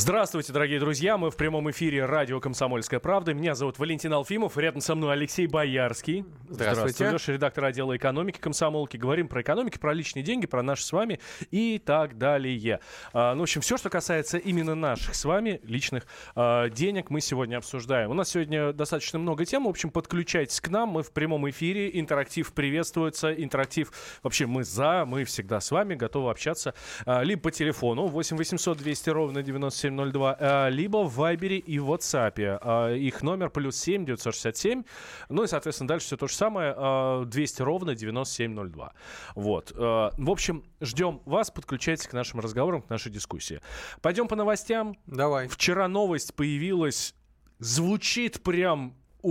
Здравствуйте, дорогие друзья. Мы в прямом эфире радио «Комсомольская правда». Меня зовут Валентин Алфимов. Рядом со мной Алексей Боярский. Здравствуйте. Леша, редактор отдела экономики «Комсомолки». Говорим про экономику, про личные деньги, про наши с вами и так далее. В общем, все, что касается именно наших с вами личных денег, мы сегодня обсуждаем. У нас сегодня достаточно много тем. В общем, подключайтесь к нам. Мы в прямом эфире. Интерактив приветствуется. Интерактив вообще мы мы всегда с вами готовы общаться. Либо по телефону 8 800 200 ровно 9702, либо в Вайбере и в WhatsApp. Их номер +7 967. Ну и, соответственно, дальше все то же самое. 200 ровно 9702. Вот. В общем, ждем вас. Подключайтесь к нашим разговорам, к нашей дискуссии. Пойдем по новостям. Давай. Вчера новость появилась. Звучит прям...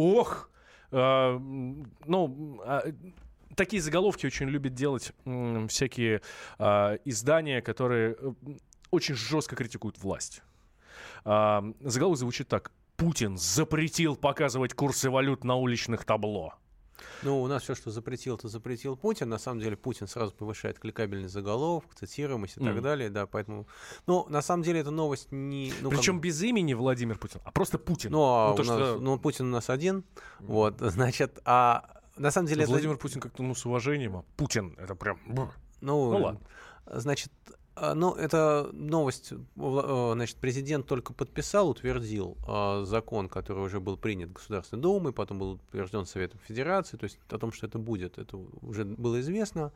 Такие заголовки очень любят делать всякие издания, которые очень жестко критикуют власть. Заголовок звучит так. Путин запретил показывать курсы валют на уличных табло. Ну, у нас все, что запретил, то запретил Путин. На самом деле Путин сразу повышает кликабельный заголовок, цитируемость и так далее. Да, поэтому... Ну, на самом деле эта новость не... Причем без имени Владимир Путин, а просто Путин. Путин у нас один. Вот, значит, на самом деле... Владимир Путин как-то, с уважением, а Путин это прям... Ну ладно. Значит... это новость, значит, президент только подписал, утвердил закон, который уже был принят Государственной Думой, потом был утвержден Советом Федерации, то есть о том, что это будет, это уже было известно.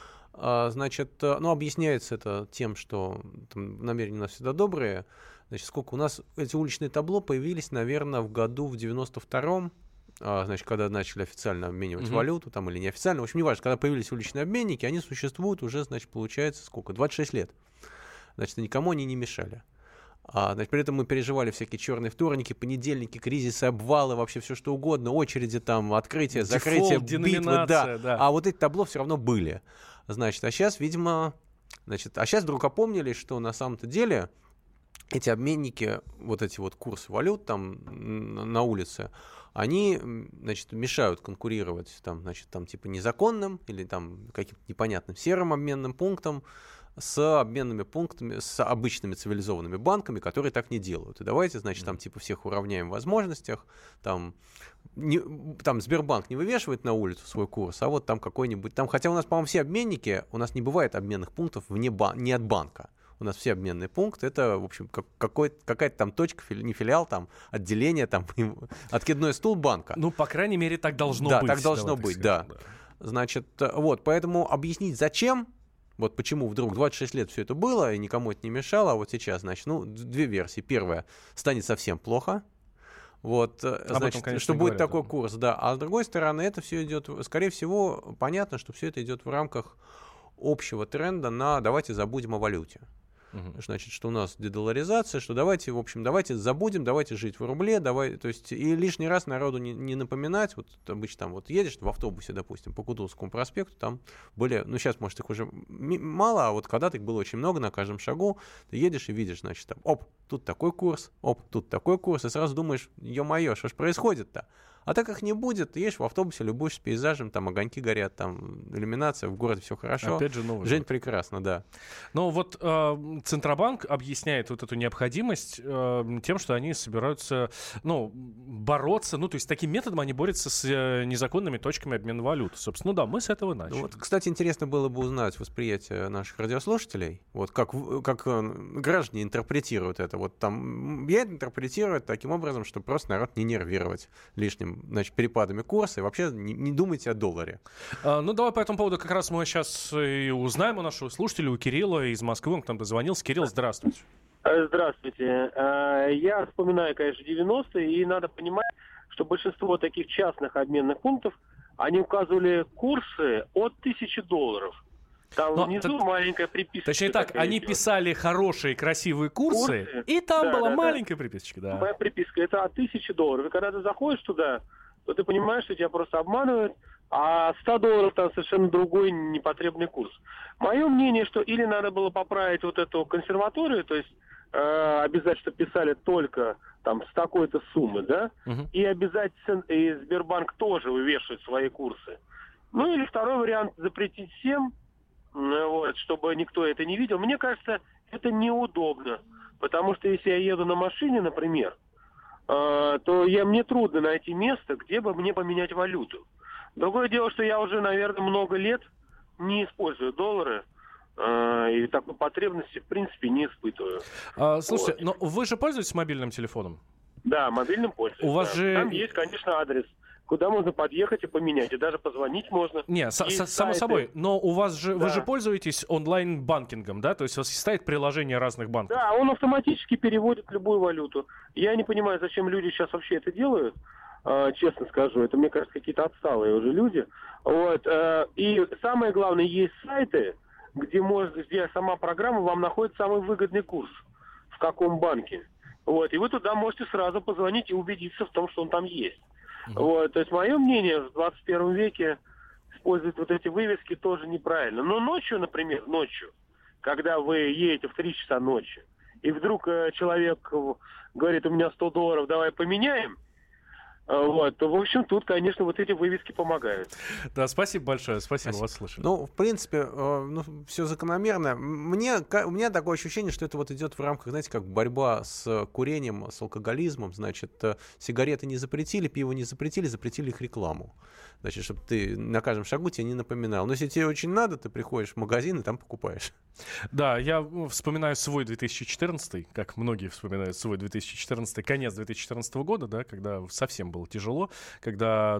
Значит, объясняется это тем, что там намерения у нас всегда добрые. Значит, сколько у нас эти уличные табло появились, наверное, в году в 92-м, значит, когда начали официально обменивать валюту, там, или неофициально, в общем, неважно, когда появились уличные обменники, они существуют уже, значит, получается, 26 лет. Значит, никому они не мешали. Значит, при этом мы переживали всякие черные вторники, понедельники, кризисы, обвалы, вообще все что угодно, очереди, там, открытие, закрытие, битвы, да. А вот эти табло все равно были. Значит, а сейчас, видимо, сейчас вдруг опомнились, что на самом-то деле эти обменники, вот эти вот курсы валют там на улице, они, значит, мешают конкурировать там, типа незаконным или там каким-то непонятным серым обменным пунктом с обменными пунктами, с обычными цивилизованными банками, которые так не делают. И давайте, значит, там типа всех уравняем в возможностях, там Сбербанк не вывешивает на улицу свой курс, а вот там какой-нибудь, хотя у нас, по-моему, все обменники, у нас не бывает обменных пунктов не от банка. У нас все обменные пункты, это, в общем, какая-то там точка, не филиал, там, отделение, там, откидной стул банка. Ну, по крайней мере, так должно быть. Да, так должно быть, да. Значит, вот, поэтому объяснить, зачем, вот почему вдруг 26 лет все это было, и никому это не мешало, а вот сейчас, значит, две версии. Первая, станет совсем плохо. Вот, значит, конечно, что будет такой курс, да. А с другой стороны, это все идет, скорее всего, понятно, что все это идет в рамках общего тренда на «давайте забудем о валюте». Значит, что у нас дедоларизация, что давайте забудем, давайте жить в рубле, то есть и лишний раз народу не напоминать, вот обычно там вот едешь в автобусе, допустим, по Кутузовскому проспекту, там были, сейчас, может, их уже мало, а вот когда-то их было очень много на каждом шагу, ты едешь и видишь, значит, там, тут такой курс, тут такой курс, и сразу думаешь, ё-моё, что ж происходит-то? А так их не будет, едешь в автобусе, любуешься пейзажем, там огоньки горят, там иллюминация, в городе все хорошо. Опять же новый Жень год. Прекрасно, да. Но вот Центробанк объясняет вот эту необходимость тем, что они собираются, бороться, то есть таким методом они борются с незаконными точками обмена валют. Собственно, да, мы с этого начали. Вот, кстати, интересно было бы узнать восприятие наших радиослушателей, вот как граждане интерпретируют это. Вот там я это интерпретирую таким образом, что просто народ не нервировать лишним, значит, перепадами курса, и вообще не думайте о долларе. Давай по этому поводу как раз мы сейчас и узнаем у нашего слушателя, у Кирилла из Москвы, он к нам дозвонился. Кирилл, здравствуйте. Здравствуйте. Я вспоминаю, конечно, 90-е, и надо понимать, что большинство таких частных обменных пунктов, они указывали курсы от $1000. Там внизу маленькая приписка. Точнее так, они писали хорошие, красивые курсы, и там была маленькая приписочка. Да. Моя приписка, это от $1000. И когда ты заходишь туда, то ты понимаешь, что тебя просто обманывают, а $100 там совершенно другой непотребный курс. Мое мнение, что или надо было поправить вот эту консерваторию, то есть обязательно писали только там с такой-то суммы, да, и обязательно и Сбербанк тоже вывешивает свои курсы. Или второй вариант — запретить всем, чтобы никто это не видел. Мне кажется, это неудобно. Потому что если я еду на машине, например, то мне трудно найти место, где бы мне поменять валюту. Другое дело, что я уже, наверное, много лет не использую доллары, и такой потребности, в принципе, не испытываю. Слушайте, но вы же пользуетесь мобильным телефоном? Да, мобильным пользуюсь. У вас же... Там есть, конечно, адрес, куда можно подъехать и поменять, и даже позвонить можно. Не, само собой, но у вас же, вы же пользуетесь онлайн-банкингом, да? То есть у вас стоит приложение разных банков? Да, он автоматически переводит любую валюту. Я не понимаю, зачем люди сейчас вообще это делают. Честно скажу, это, мне кажется, какие-то отсталые уже люди. Вот. И самое главное, есть сайты, где сама программа вам находит самый выгодный курс, в каком банке. Вот. И вы туда можете сразу позвонить и убедиться в том, что он там есть. Вот. То есть мое мнение, в 21 веке использовать вот эти вывески тоже неправильно. Но ночью, например, когда вы едете в 3 часа ночи, и вдруг человек говорит, у меня $100, давай поменяем, вот, то, в общем, тут, конечно, вот эти вывески помогают. Да, спасибо большое, спасибо, вас слышали. Ну, в принципе, все закономерно. У меня такое ощущение, что это вот идет в рамках, знаете, как борьба с курением, с алкоголизмом. Значит, сигареты не запретили, пиво не запретили, запретили их рекламу. Значит, чтобы ты на каждом шагу тебе не напоминал. Но если тебе очень надо, ты приходишь в магазин и там покупаешь. Да, я вспоминаю свой 2014, как многие вспоминают свой 2014, конец 2014 года, да, когда совсем было тяжело, когда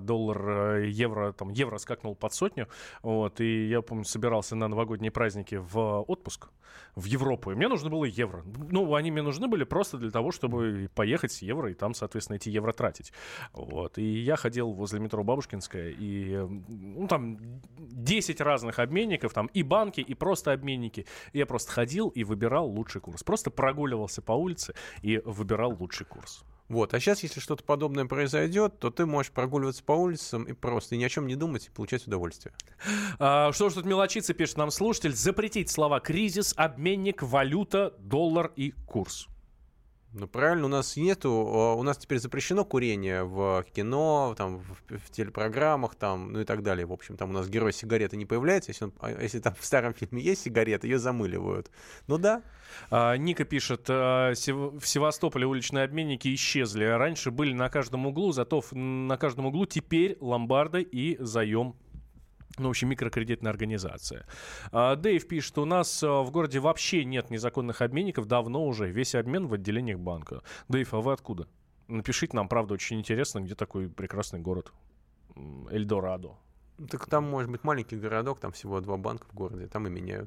евро скакнул под 100, вот, и я, помню, собирался на новогодние праздники в отпуск в Европу, и мне нужно было евро. Ну, они мне нужны были просто для того, чтобы поехать с евро и там, соответственно, эти евро тратить. Вот, и я ходил возле метро Бабушкинская, и там 10 разных обменников, там и банки, и просто обменники. И я просто ходил и выбирал лучший курс. Просто прогуливался по улице и выбирал лучший курс. Вот. А сейчас, если что-то подобное произойдет, то ты можешь прогуливаться по улицам и просто ни о чем не думать и получать удовольствие. Что ж тут мелочиться, пишет нам слушатель. Запретить слова «кризис», «обменник», «валюта», «доллар» и «курс». Ну, правильно, у нас теперь запрещено курение в кино, там, в телепрограммах, там, ну и так далее. В общем, там у нас герой сигареты не появляется, если там в старом фильме есть сигарета, ее замыливают. Ну да. Ника пишет, в Севастополе уличные обменники исчезли. Раньше были на каждом углу, зато на каждом углу теперь ломбарды и заем. Ну, в общем, микрокредитная организация. Дэйв пишет, у нас в городе вообще нет незаконных обменников, давно уже. Весь обмен в отделениях банка. Дэйв, а вы откуда? Напишите нам, правда, очень интересно, где такой прекрасный город. Эльдорадо. Так там может быть маленький городок, там всего 2 банка в городе, там и меняют.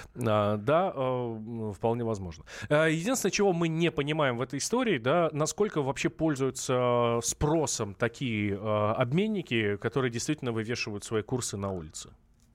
Да, вполне возможно. Единственное, чего мы не понимаем в этой истории, да, насколько вообще пользуются спросом такие обменники, которые действительно вывешивают свои курсы на улице.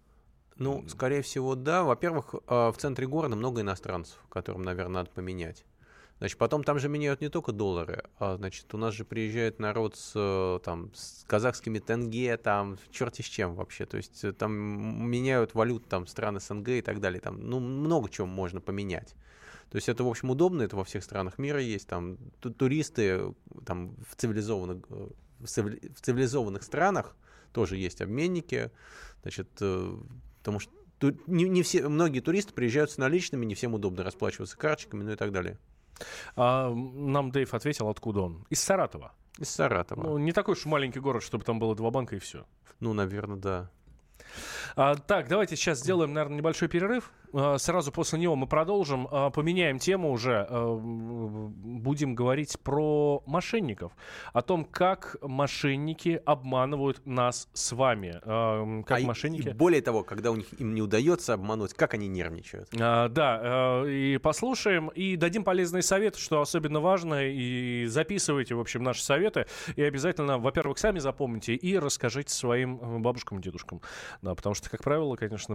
Ну, скорее всего, да. Во-первых, в центре города много иностранцев, которым, наверное, надо поменять. Значит, потом там же меняют не только доллары, значит, у нас же приезжает народ с казахскими тенге, там, черти с чем вообще, то есть там меняют валюту, там, стран СНГ и так далее, там, ну, много чего можно поменять. То есть это, в общем, удобно, это во всех странах мира есть, там, туристы, там, в цивилизованных странах тоже есть обменники, значит, потому что многие туристы приезжают с наличными, не всем удобно расплачиваться карточками, ну и так далее. Нам Дэйв ответил, откуда он. Из Саратова. Из Саратова. Ну, не такой уж маленький город, чтобы там было 2 банка и все. Ну, наверное, да. Так, давайте сейчас сделаем, наверное, небольшой перерыв. Сразу после него мы продолжим. Поменяем тему уже. Будем говорить про мошенников. О том, как мошенники обманывают нас с вами. И более того, когда им не удается обмануть, как они нервничают. Да, и послушаем, и дадим полезные советы, что особенно важно. И записывайте, в общем, наши советы. И обязательно, во-первых, сами запомните и расскажите своим бабушкам и дедушкам. Да, потому что, как правило, конечно,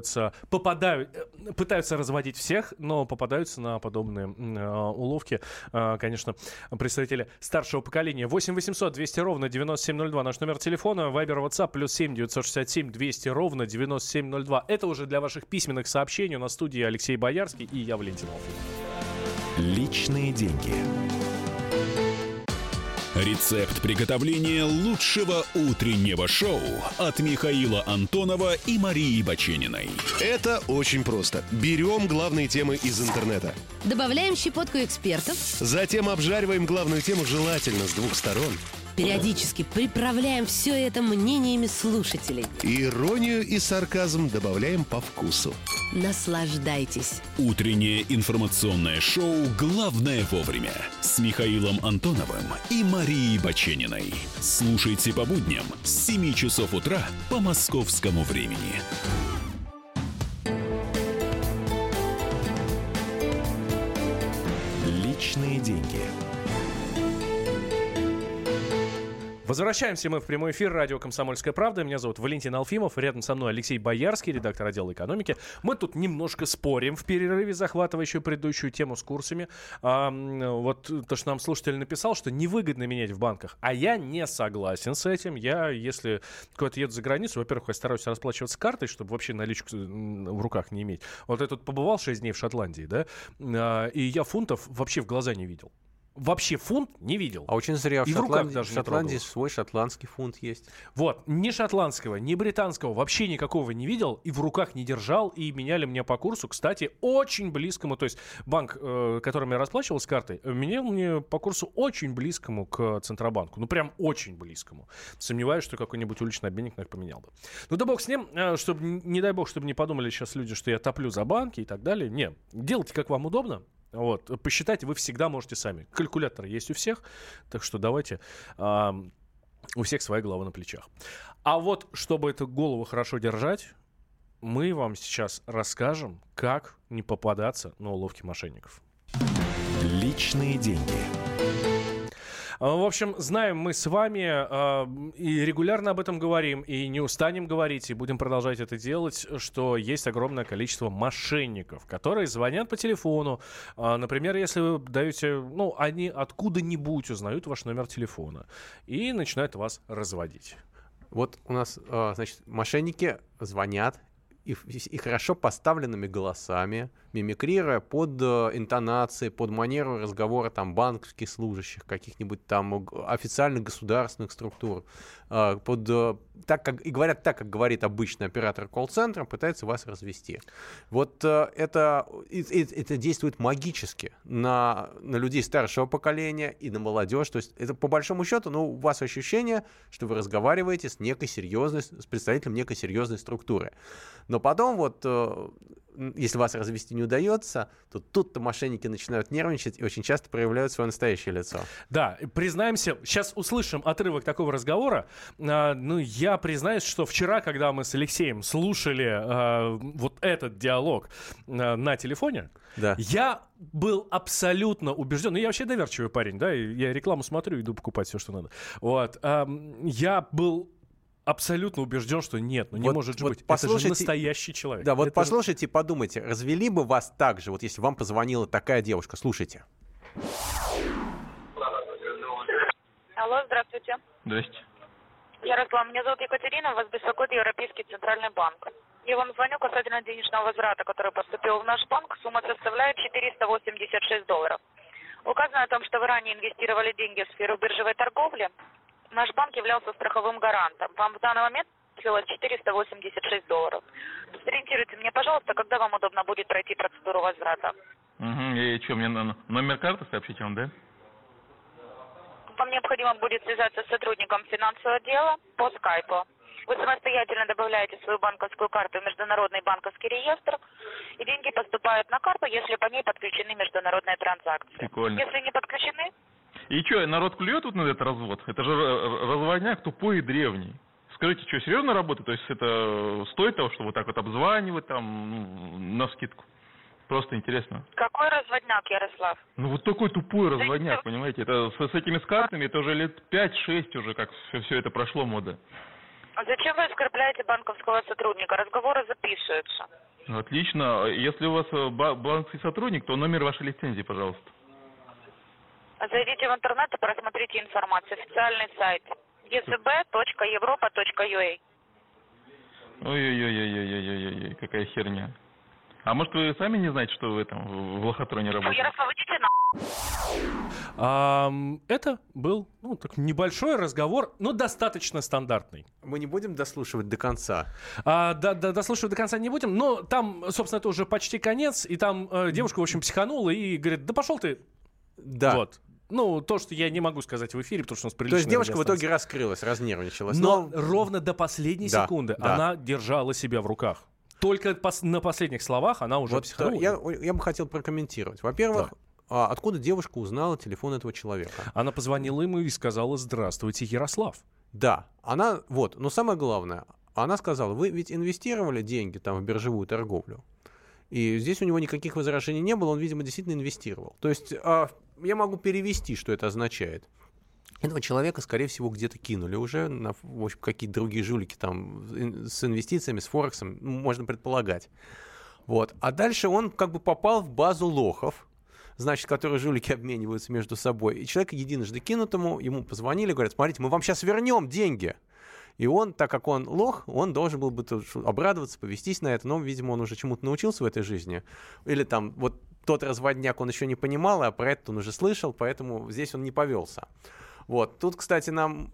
пытаются разводить всех, но попадаются на подобные уловки, конечно, представители старшего поколения. 8 800 200 ровно 9702 наш номер телефона, Вайбер, WhatsApp, +7 967 200 ровно 9702. Это уже для ваших письменных сообщений. У нас в студии Алексей Боярский и я, Валентин Алфимов. Личные деньги. Рецепт приготовления лучшего утреннего шоу от Михаила Антонова и Марии Бачениной. Это очень просто. Берем главные темы из интернета. Добавляем щепотку экспертов. Затем обжариваем главную тему желательно с двух сторон. Периодически приправляем все это мнениями слушателей. Иронию и сарказм добавляем по вкусу. Наслаждайтесь. Утреннее информационное шоу «Главное вовремя» с Михаилом Антоновым и Марией Бачениной. Слушайте по будням с 7 часов утра по московскому времени. Личные деньги. Возвращаемся мы в прямой эфир радио «Комсомольская правда». Меня зовут Валентин Алфимов. Рядом со мной Алексей Боярский, редактор отдела экономики. Мы тут немножко спорим в перерыве, захватывающую предыдущую тему с курсами. Вот то, что нам слушатель написал, что невыгодно менять в банках. А я не согласен с этим. Я, если куда-то еду за границу, во-первых, я стараюсь расплачиваться картой, чтобы вообще наличку в руках не иметь. Вот я тут побывал 6 дней в Шотландии, да, и я фунтов вообще в глаза не видел. Вообще фунт не видел. А очень зря. И в руках даже в Шотландии свой шотландский фунт есть. Вот, ни шотландского, ни британского вообще никакого не видел, и в руках не держал, и меняли мне по курсу, кстати, очень близкому, то есть банк, которым я расплачивался картой, менял мне по курсу очень близкому к Центробанку, ну прям очень близкому. Сомневаюсь, что какой-нибудь уличный обменник на их поменял бы. Ну да бог с ним, чтобы, не дай бог, чтобы не подумали сейчас люди, что я топлю за банки и так далее. Не, делайте как вам удобно. Вот, посчитать вы всегда можете сами. Калькулятор есть у всех, так что давайте, у всех своя голова на плечах. А вот, чтобы эту голову хорошо держать, мы вам сейчас расскажем, как не попадаться на уловки мошенников. Личные деньги. В общем, знаем мы с вами и регулярно об этом говорим, и не устанем говорить, и будем продолжать это делать, что есть огромное количество мошенников, которые звонят по телефону. Например, если вы даете, ну, они откуда-нибудь узнают ваш номер телефона и начинают вас разводить. Вот у нас, значит, мошенники звонят и хорошо поставленными голосами, мимикрируя под интонации, под манеру разговора там банковских служащих, каких-нибудь там официальных государственных структур, говорят так, как говорит обычный оператор колл-центра, пытается вас развести. Вот это действует магически на людей старшего поколения и на молодежь. То есть это по большому счету, ну, у вас ощущение, что вы разговариваете с представителем некой серьезной структуры. Но потом вот, если вас развести не удается, то тут-то мошенники начинают нервничать и очень часто проявляют свое настоящее лицо. Да, признаемся, сейчас услышим отрывок такого разговора. Ну, я признаюсь, что вчера, когда мы с Алексеем слушали вот этот диалог на телефоне, да. Я был абсолютно убежден. Ну, я вообще доверчивый парень, да, я рекламу смотрю, иду покупать все, что надо. Вот. Я был абсолютно убежден, что нет, ну не может же быть. Это же настоящий человек. Да, вот послушайте и подумайте, развели бы вас так же, вот если вам позвонила такая девушка. Слушайте. Алло, здравствуйте. Здрасте. Ярослав, меня зовут Екатерина, вас беспокоит Европейский Центральный банк. Я вам звоню касательно денежного возврата, который поступил в наш банк. Сумма составляет $486. Указано о том, что вы ранее инвестировали деньги в сферу биржевой торговли. Наш банк являлся страховым гарантом. Вам в данный момент слилось $486. Сориентируйте меня, пожалуйста, когда вам удобно будет пройти процедуру возврата. Угу. И что, мне номер карты сообщить вам, да? Вам необходимо будет связаться с сотрудником финансового отдела по скайпу. Вы самостоятельно добавляете свою банковскую карту в международный банковский реестр, и деньги поступают на карту, если по ней подключены международные транзакции. Прикольно. Если не подключены... И что, народ клюет вот на этот развод? Это же разводняк тупой и древний. Скажите, что, серьезно работает? То есть это стоит того, что вот так вот обзванивать там навскидку? Просто интересно. Какой разводняк, Ярослав? Ну вот такой тупой разводняк, понимаете? Это с этими картами, это уже лет 5-6 уже, как все это прошло мода. А зачем вы оскорбляете банковского сотрудника? Разговоры записываются. Отлично. Если у вас банковский сотрудник, то номер вашей лицензии, пожалуйста. Зайдите в интернет и просмотрите информацию. Официальный сайт ecb.europa.ua. Ой-ой-ой, какая херня. А может, вы сами не знаете, что вы там в лохотроне работаете? Ярослав, идите Это был так, небольшой разговор, но достаточно стандартный. Мы не будем дослушивать до конца. Дослушивать до конца не будем, но там, собственно, это уже почти конец, и там девушка, в общем, психанула и говорит, да пошел ты. Да. Вот. То, что я не могу сказать в эфире, потому что у нас приличная То есть девушка в радиостанция. итоге раскрылась, разнервничалась. Но ровно до последней секунды да. она держала себя в руках. Только на последних словах она уже психанула. Я бы хотел прокомментировать. Во-первых, откуда девушка узнала телефон этого человека? Она позвонила ему и сказала: «Здравствуйте, Ярослав». Да, но самое главное, она сказала: вы ведь инвестировали деньги там в биржевую торговлю. И здесь у него никаких возражений не было, он, видимо, действительно инвестировал. То есть я могу перевести, что это означает. Этого человека, скорее всего, где-то кинули уже, в общем, какие-то другие жулики там с инвестициями, с Форексом, можно предполагать. Вот. А дальше он как бы попал в базу лохов, значит, которые жулики обмениваются между собой. И человек единожды кинутому, ему позвонили, говорят: смотрите, мы вам сейчас вернем деньги. И он, так как он лох, он должен был бы обрадоваться, повестись на это, но, видимо, он уже чему-то научился в этой жизни. Или там вот тот разводняк он еще не понимал, а про это он уже слышал, поэтому здесь он не повелся. Вот. Тут, кстати, нам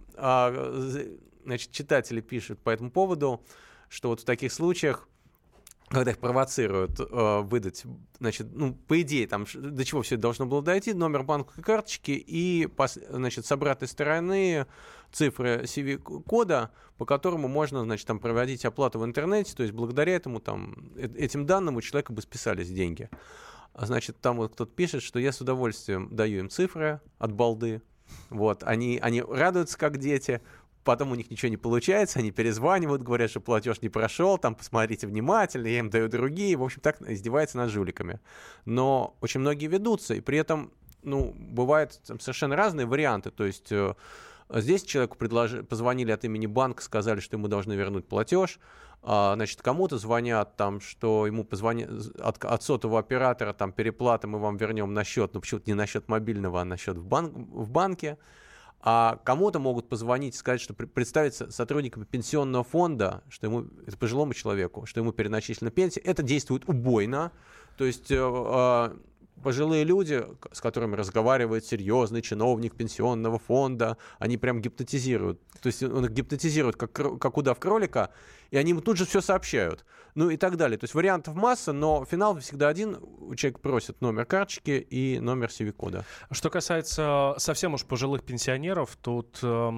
читатели пишут по этому поводу, что вот в таких случаях, когда их провоцируют выдать, по идее, там, до чего все это должно было дойти, номер банковской карточки и, с обратной стороны цифры CV-кода, по которому можно, там, проводить оплату в интернете, то есть благодаря этим данным у человека бы списались деньги. Значит, там вот кто-то пишет, что я с удовольствием даю им цифры от балды, вот, они радуются, как дети. Потом у них ничего не получается, они перезванивают, говорят, что платеж не прошел, там посмотрите внимательно, я им даю другие. В общем, так издеваются над жуликами. Но очень многие ведутся, и при этом, бывают совершенно разные варианты. То есть здесь человеку позвонили от имени банка, сказали, что ему должны вернуть платеж. Кому-то звонят, что ему позвонят от сотового оператора, переплата мы вам вернем на счет, но почему-то не на счет мобильного, а на счет в банке. А кому-то могут позвонить и сказать, что представиться сотрудниками пенсионного фонда, что это пожилому человеку, что ему переначислена пенсия. Это действует убойно. То есть пожилые люди, с которыми разговаривает серьезный чиновник пенсионного фонда, они прям гипнотизируют. То есть он их гипнотизирует, как удав кролика, и они ему тут же все сообщают. И так далее. То есть вариантов масса, но финал всегда один. Человек просит номер карточки и номер CV-кода. Что касается совсем уж пожилых пенсионеров, тут...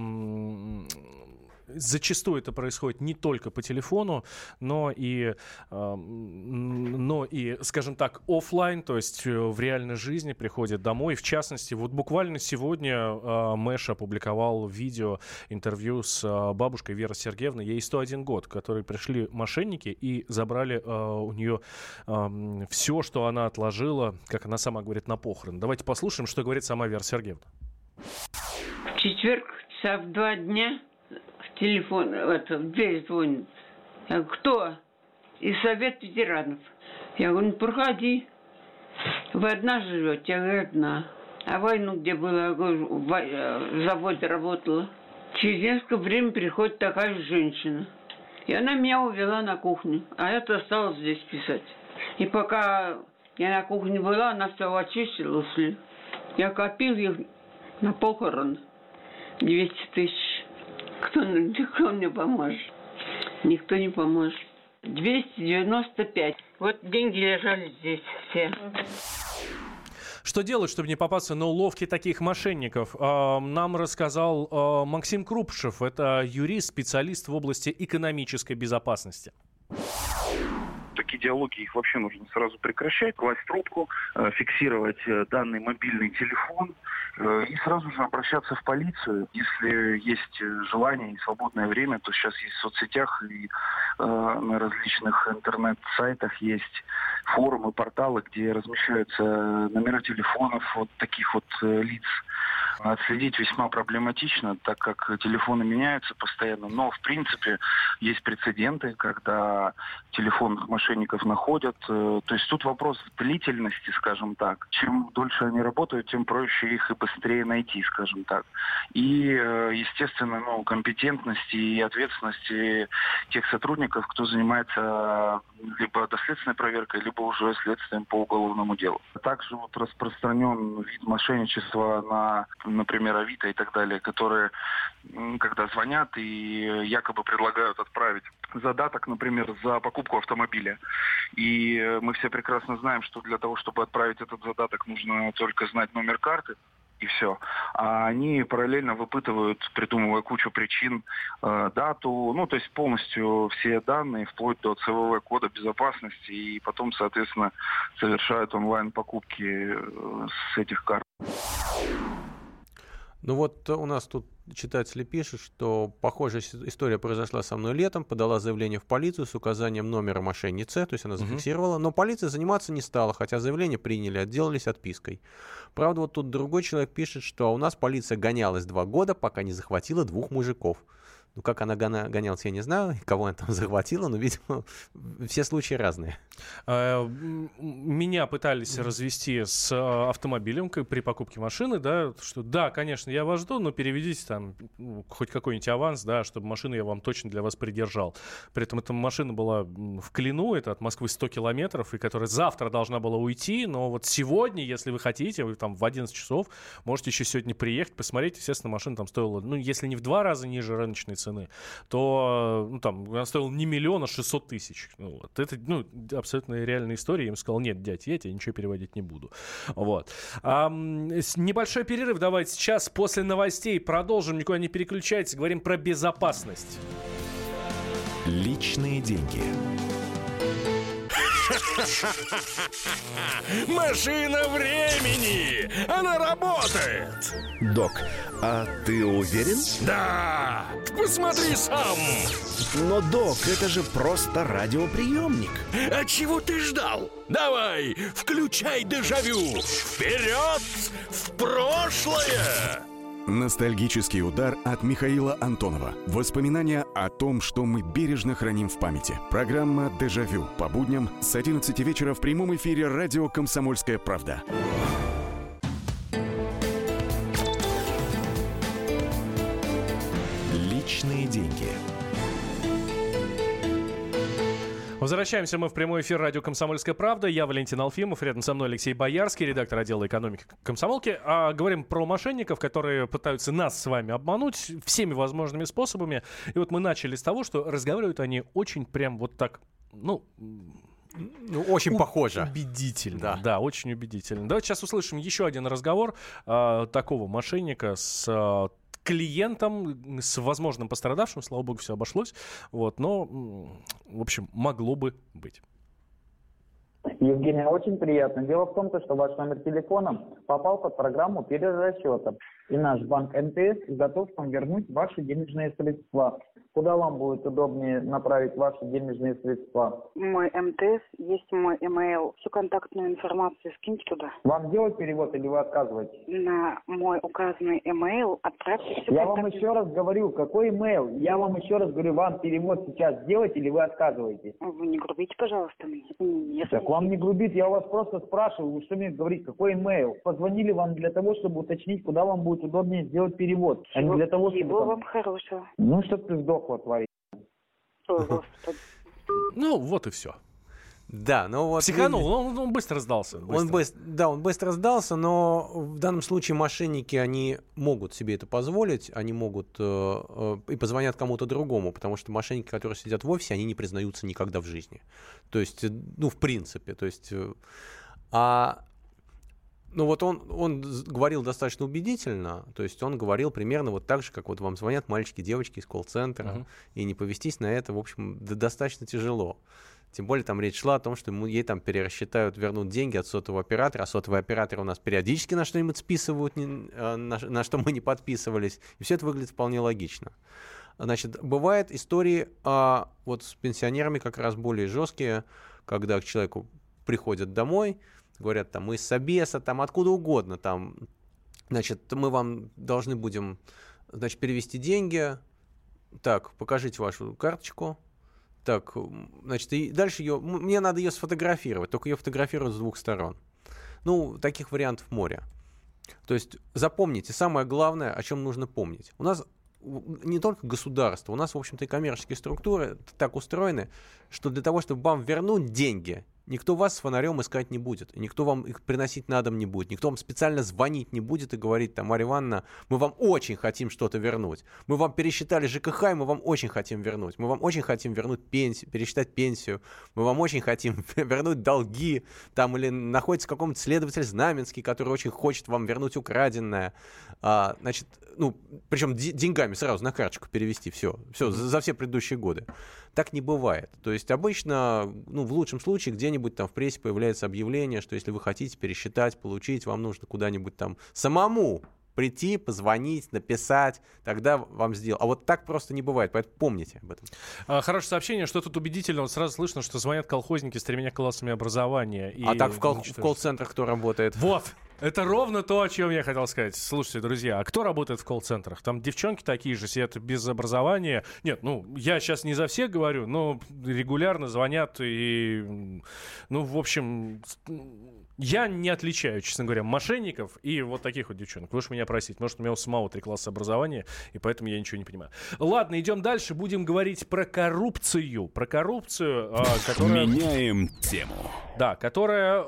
Зачастую это происходит не только по телефону, но и, скажем так, офлайн, то есть в реальной жизни приходят домой. В частности, вот буквально сегодня Мэш опубликовал видео, интервью с бабушкой Верой Сергеевной, ей 101 год, которые пришли мошенники и забрали у нее все, что она отложила, как она сама говорит, на похороны. Давайте послушаем, что говорит сама Вера Сергеевна. В четверг часа в 2 дня в телефон, в дверь звонит. Я говорю: кто? Из Совет ветеранов. Я говорю: проходи. Вы одна живете? Я говорю: одна. А войну где была? Я говорю: в заводе работала. Через несколько времени приходит такая же женщина. И она меня увела на кухню. А я-то осталась здесь писать. И пока я на кухне была, она все очистила, ушли. Я копил их на похорон. 200 тысяч. Кто мне поможет? Никто не поможет. 295. Вот деньги лежали здесь все. Что делать, чтобы не попасться на уловки таких мошенников? Нам рассказал Максим Крупшев. Это юрист, специалист в области экономической безопасности. Такие диалоги, их вообще нужно сразу прекращать, класть трубку, фиксировать данный мобильный телефон и сразу же обращаться в полицию. Если есть желание и свободное время, то сейчас есть в соцсетях и на различных интернет-сайтах есть форумы, порталы, где размещаются номера телефонов вот таких вот лиц. Отследить весьма проблематично, так как телефоны меняются постоянно, но в принципе есть прецеденты, когда телефон мошенников находят. То есть тут вопрос длительности, скажем так. Чем дольше они работают, тем проще их и быстрее найти, скажем так. И, естественно, компетентности и ответственности тех сотрудников, кто занимается либо доследственной проверкой, либо уже следствием по уголовному делу. Также вот распространен вид мошенничества на, например, Авито и так далее, которые, когда звонят и якобы предлагают отправить задаток, например, за покупку автомобиля. И мы все прекрасно знаем, что для того, чтобы отправить этот задаток, нужно только знать номер карты, и все. А они параллельно выпытывают, придумывая кучу причин, дату, то есть полностью все данные, вплоть до ЦВВ-кода безопасности, и потом, соответственно, совершают онлайн-покупки с этих карт. Ну вот у нас тут читатели пишут, что похожая история произошла со мной летом, подала заявление в полицию с указанием номера мошенницы, то есть она зафиксировала, но полиция заниматься не стала, хотя заявление приняли, отделались отпиской. Правда, вот тут другой человек пишет, что у нас полиция гонялась 2 года, пока не захватила 2 мужиков. Ну, как она гонялась, я не знаю, кого она там захватила, но, видимо, все случаи разные. Меня пытались развести с автомобилем при покупке машины, да, что да, конечно, я вас жду, но переведите там хоть какой-нибудь аванс, да, чтобы машину я вам точно для вас придержал. При этом эта машина была в Клину, это от Москвы 100 километров, и которая завтра должна была уйти, но вот сегодня, если вы хотите, вы там в 11 часов можете еще сегодня приехать, посмотреть, естественно, машина там стоила, если не в 2 раза ниже рыночной цены, то там она стоила не 1 600 000. Вот. Это абсолютно реальная история. Я им сказал: нет, дядь, я тебе ничего переводить не буду. Вот. Небольшой перерыв. Давайте сейчас после новостей продолжим. Никуда не переключайтесь. Говорим про безопасность. Личные деньги. Машина времени! Она работает! Док, а ты уверен? Да! Посмотри сам! Но, док, это же просто радиоприемник. А чего ты ждал? Давай, включай дежавю! Вперед! В прошлое! Ностальгический удар от Михаила Антонова. Воспоминания о том, что мы бережно храним в памяти. Программа «Дежавю» по будням с 11 вечера в прямом эфире радио «Комсомольская правда». Личные деньги. Возвращаемся мы в прямой эфир радио «Комсомольская правда». Я Валентин Алфимов, рядом со мной Алексей Боярский, редактор отдела экономики «Комсомолки». Говорим про мошенников, которые пытаются нас с вами обмануть всеми возможными способами. И вот мы начали с того, что разговаривают они очень прям вот так, очень похоже. Убедительно. Да, очень убедительно. Давайте сейчас услышим еще один разговор такого мошенника с клиентом, с возможным пострадавшим. Слава богу, все обошлось. Вот, но, в общем, могло бы быть. Евгений, очень приятно. Дело в том, что ваш номер телефона попал под программу перерасчета. И наш банк МТС готов вам вернуть ваши денежные средства. Куда вам будет удобнее направить ваши денежные средства? Мой МТС, есть мой email. Всю контактную информацию скиньте туда. Вам делать перевод или вы отказываетесь? На мой указанный email отправьте всю Я вам еще раз говорю, какой email? Я вам еще раз говорю, вам перевод сейчас сделать или вы отказываетесь? Вы не грубите, пожалуйста, мне. Так вам не грубит, я у вас просто спрашиваю, вы что мне говорите, какой email? Позвонили вам для того, чтобы уточнить, куда вам будет удобнее сделать перевод. А не для того, чтобы... Всего вам хорошего. Чтоб ты сдохла, твоя. Вот и все. Да, но вот... Психанул, он быстро сдался. Он быстро сдался, но в данном случае мошенники, они могут себе это позволить, они могут и позвонят кому-то другому, потому что мошенники, которые сидят в офисе, они не признаются никогда в жизни. То есть, в принципе, то есть... вот он говорил достаточно убедительно, то есть он говорил примерно вот так же, как вот вам звонят мальчики, девочки из колл-центра, и не повестись на это, в общем, достаточно тяжело. Тем более там речь шла о том, что ей там перерасчитают, вернут деньги от сотового оператора, а сотовые операторы у нас периодически на что-нибудь списывают, на что мы не подписывались, и все это выглядит вполне логично. Значит, бывают истории вот с пенсионерами как раз более жесткие, когда к человеку приходят домой, говорят, там, мы из Собеса, там, откуда угодно, там, значит, мы вам должны будем, значит, перевести деньги, так, покажите вашу карточку, так, значит, и дальше мне надо ее сфотографировать, только ее фотографируют с 2 сторон. Таких вариантов море. То есть, запомните, самое главное, о чем нужно помнить. У нас не только государство, у нас, в общем-то, и коммерческие структуры так устроены, что для того, чтобы вам вернуть деньги, никто вас с фонарем искать не будет, и никто вам их приносить на дом не будет, никто вам специально звонить не будет и говорить, там, Марья Ивановна, мы вам очень хотим что-то вернуть, мы вам пересчитали ЖКХ, и мы вам очень хотим вернуть, мы вам очень хотим вернуть пенсию, пересчитать пенсию, мы вам очень хотим вернуть долги, там, или находится какой-то следователь Знаменский, который очень хочет вам вернуть украденное, значит, ну, причем деньгами сразу на карточку перевести все за все предыдущие годы. Так не бывает. То есть обычно, ну, в лучшем случае, где-нибудь там в прессе появляется объявление, что если вы хотите пересчитать, получить, вам нужно куда-нибудь там самому прийти, позвонить, написать, тогда вам сделают. А вот так просто не бывает, поэтому помните об этом. Хорошее сообщение, что тут убедительно. Вот сразу слышно, что звонят колхозники с 3 классами образования. А так в колл-центрах кто работает? Вот. Это ровно то, о чем я хотел сказать. Слушайте, друзья, а кто работает в колл-центрах? Там девчонки такие же, сидят без образования. Нет, ну, я сейчас не за всех говорю, но регулярно звонят и, ну, в общем, я не отличаю, честно говоря, мошенников и вот таких вот девчонок. Вы уж меня простите, может, у меня у самого 3 класса образования, и поэтому я ничего не понимаю. Ладно, идем дальше, будем говорить про коррупцию. Про коррупцию, которая... Меняем тему. Да, которая...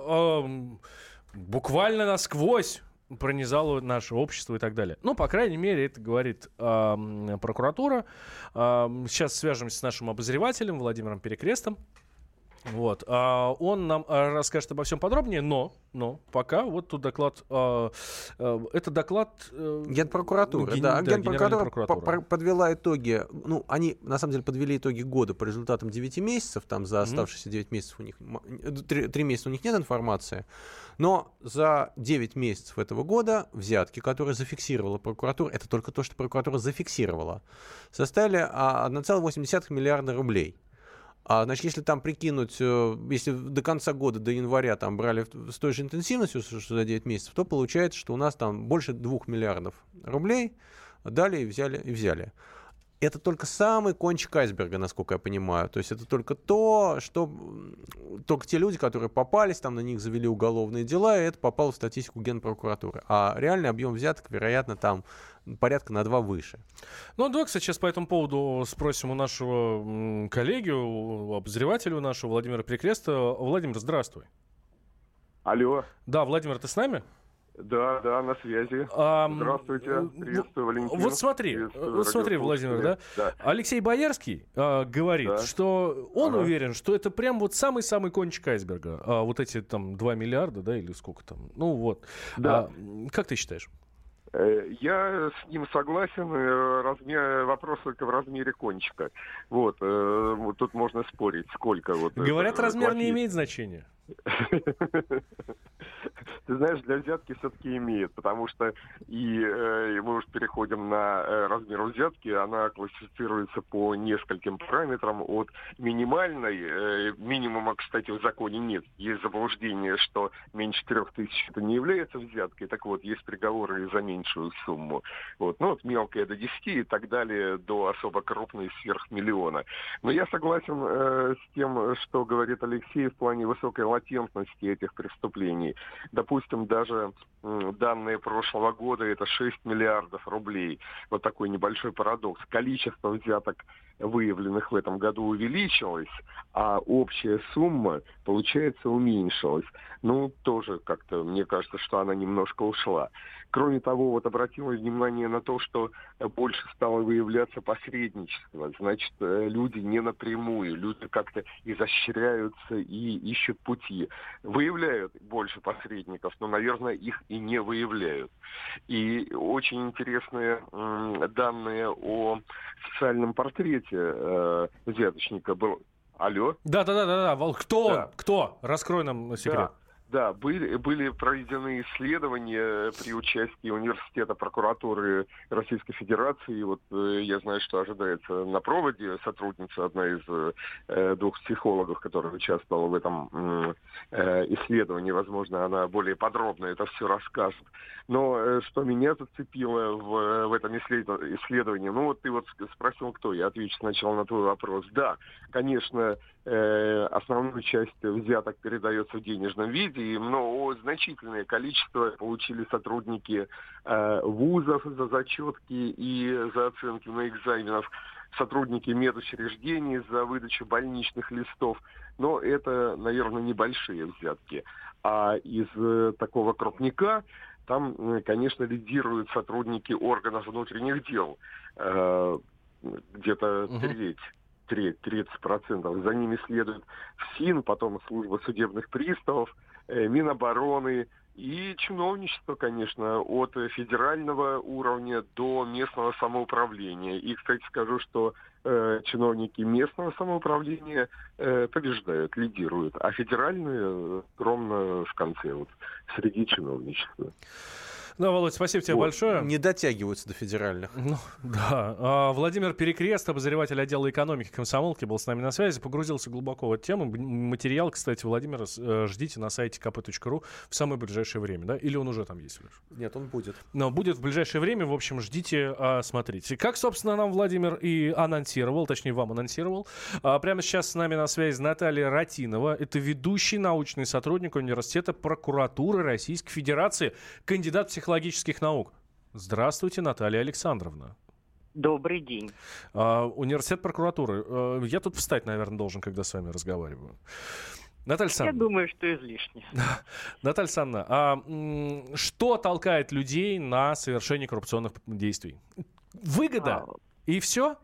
буквально насквозь пронизало наше общество и так далее. Ну, по крайней мере, это говорит прокуратура. Сейчас свяжемся с нашим обозревателем Владимиром Перекрестом. Вот. Он нам расскажет обо всем подробнее, но пока вот тут доклад... это доклад... Генпрокуратуры, да. Генпрокуратура подвела итоги... Ну, они, на самом деле, подвели итоги года по результатам 9 месяцев. Там за оставшиеся 9 месяцев у них... 3 месяца у них нет информации. Но за 9 месяцев этого года взятки, которые зафиксировала прокуратура, это только то, что прокуратура зафиксировала, составили 1,8 миллиарда рублей. Значит, если там прикинуть, если до конца года, до января там брали с той же интенсивностью, что за 9 месяцев, то получается, что у нас там больше 2 миллиардов рублей дали и взяли. Это только самый кончик айсберга, насколько я понимаю. То есть это только то, что... Только те люди, которые попались, там на них завели уголовные дела, и это попало в статистику Генпрокуратуры. А реальный объем взяток, вероятно, там порядка на 2 выше. Ну, да, кстати, сейчас по этому поводу спросим у нашего коллеги, у обозревателя нашего Владимира Перекреста. Владимир, здравствуй. Алло. Да, Владимир, ты с нами? Да, на связи. Здравствуйте, приветствую, Валентин. Вот смотри, Владимир, да? Алексей Боярский говорит, что он уверен, что это прям вот самый-самый кончик айсберга. Вот эти там 2 миллиарда, да, или сколько там. Ну вот. Да. Как ты считаешь? Я с ним согласен. Вопрос только в размере кончика. Вот тут можно спорить, сколько. Говорят, размер не имеет значения. Ты знаешь, для взятки все-таки имеет, потому что мы уже переходим на размер взятки, она классифицируется по нескольким параметрам, от минимальной, минимума, кстати, в законе нет, есть заблуждение, что меньше 3000 это не является взяткой, так вот, есть приговоры за меньшую сумму, вот, ну, от мелкой до 10 и так далее, до особо крупной сверх миллиона. Но я согласен с тем, что говорит Алексей в плане высокой латентности этих преступлений. Допустим, даже данные прошлого года это 6 миллиардов рублей. Вот такой небольшой парадокс. Количество взяток, выявленных в этом году, увеличилось, а общая сумма, получается, уменьшилась. Ну, тоже как-то, мне кажется, что она немножко ушла. Кроме того, вот обратилось внимание на то, что больше стало выявляться посредничество. Значит, люди не напрямую, люди как-то изощряются и ищут пути. Выявляют больше посредников, но, наверное, их и не выявляют. И очень интересные данные о социальном портрете взяточника был. Алло? Да. Кто? Раскрой нам секрет. Да, были проведены исследования при участии университета прокуратуры Российской Федерации. Вот я знаю, что ожидается на проводе сотрудница, одна из 2 психологов, которая участвовала в этом исследовании. Возможно, она более подробно это все расскажет. Но что меня зацепило в этом исследовании, ну вот ты вот спросил, кто, я отвечу сначала на твой вопрос. Да, конечно, основную часть взяток передается в денежном виде, и значительное количество получили сотрудники вузов за зачетки и за оценки на экзаменах, сотрудники медучреждений за выдачу больничных листов. Но это, наверное, небольшие взятки. А из такого крупняка там, конечно, лидируют сотрудники органов внутренних дел. Где-то треть, 30%. За ними следует ФСИН, потом служба судебных приставов, Минобороны и чиновничество, конечно, от федерального уровня до местного самоуправления. И, кстати, скажу, что чиновники местного самоуправления побеждают, лидируют, а федеральные ровно в конце, среди чиновничества. Да, Володь, спасибо тебе большое. Не дотягиваются до федеральных. Да. Владимир Перекрест, обозреватель отдела экономики комсомолки, был с нами на связи, погрузился глубоко в эту тему. Материал, кстати, Владимира, ждите на сайте kp.ru в самое ближайшее время, да? Или он уже там есть? Нет, он будет. Но будет в ближайшее время, в общем, ждите, смотрите. Как, собственно, нам Владимир и анонсировал, точнее, вам анонсировал. Прямо сейчас с нами на связи Наталья Ратинова. Это ведущий научный сотрудник университета прокуратуры Российской Федерации, кандидат психологических наук. Здравствуйте, Наталья Александровна. Добрый день. Университет прокуратуры. Я тут встать, наверное, должен, когда с вами разговариваю. Наталья Александровна. Я думаю, что излишне. Наталья Александровна, что толкает людей на совершение коррупционных действий? Выгода? И все?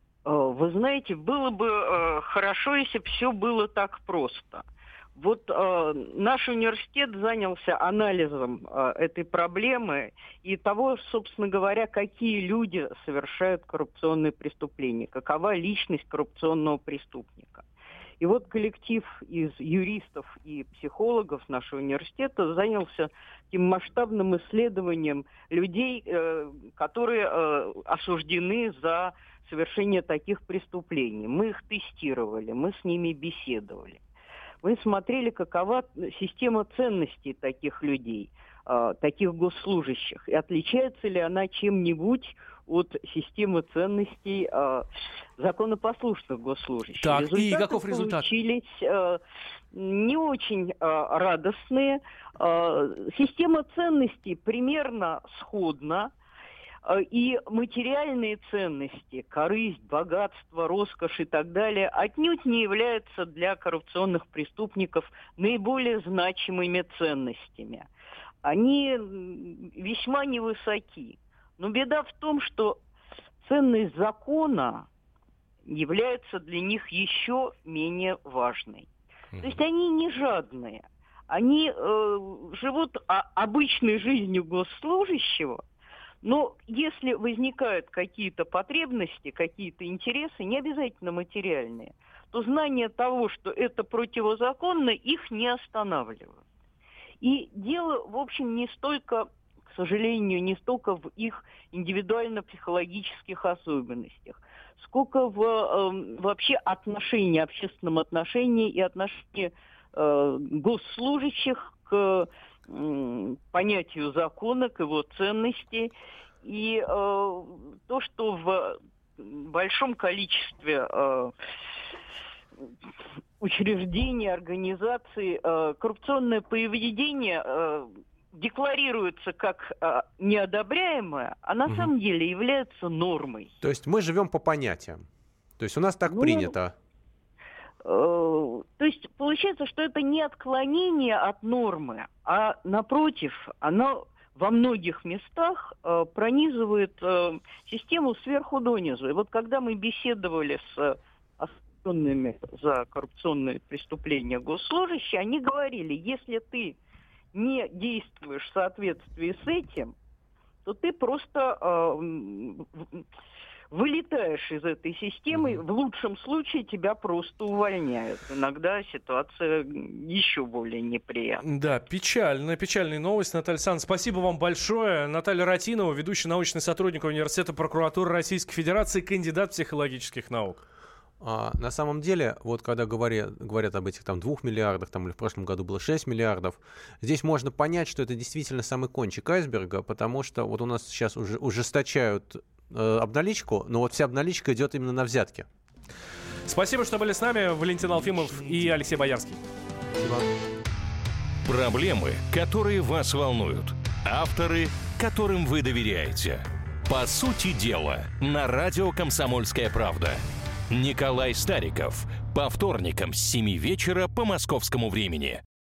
Вы знаете, было бы хорошо, если бы все было так просто. Вот наш университет занялся анализом этой проблемы и того, собственно говоря, какие люди совершают коррупционные преступления, какова личность коррупционного преступника. И вот коллектив из юристов и психологов нашего университета занялся таким масштабным исследованием людей, которые осуждены за совершение таких преступлений. Мы их тестировали, мы с ними беседовали. Мы смотрели, какова система ценностей таких людей, таких госслужащих, и отличается ли она чем-нибудь от системы ценностей законопослушных госслужащих. Так, результаты и каков результат? Получились не очень радостные. Система ценностей примерно сходна. И материальные ценности, корысть, богатство, роскошь и так далее, отнюдь не являются для коррупционных преступников наиболее значимыми ценностями. Они весьма невысоки. Но беда в том, что ценность закона является для них еще менее важной. То есть они не жадные. Они живут обычной жизнью госслужащего. Но если возникают какие-то потребности, какие-то интересы, не обязательно материальные, то знание того, что это противозаконно, их не останавливает. И дело, в общем, не столько, к сожалению, не столько в их индивидуально-психологических особенностях, сколько в вообще отношении, общественном отношении и отношении госслужащих к понятию закона, к его ценности. И то, что в большом количестве учреждений, организаций коррупционное поведение декларируется как неодобряемое, а на самом деле является нормой. То есть мы живем по понятиям. То есть у нас так принято. То есть получается, что это не отклонение от нормы, а напротив, оно во многих местах пронизывает систему сверху донизу. И вот когда мы беседовали с осужденными за коррупционные преступления госслужащие, они говорили, если ты не действуешь в соответствии с этим, то ты просто вылетаешь из этой системы, в лучшем случае тебя просто увольняют. Иногда ситуация еще более неприятная. Да, печальная новость, Наталья Александровна. Спасибо вам большое. Наталья Ратинова, ведущий научный сотрудник Университета прокуратуры Российской Федерации, кандидат психологических наук. На самом деле, вот когда говорят об этих 2 миллиардах, или в прошлом году было 6 миллиардов, здесь можно понять, что это действительно самый кончик айсберга, потому что вот у нас сейчас уже ужесточают обналичку, но вот вся обналичка идет именно на взятки. Спасибо, что были с нами. Валентин Алфимов и Алексей Боярский. Спасибо. Проблемы, которые вас волнуют. Авторы, которым вы доверяете. По сути дела, на радио «Комсомольская правда». Николай Стариков. По вторникам с 7 вечера по московскому времени.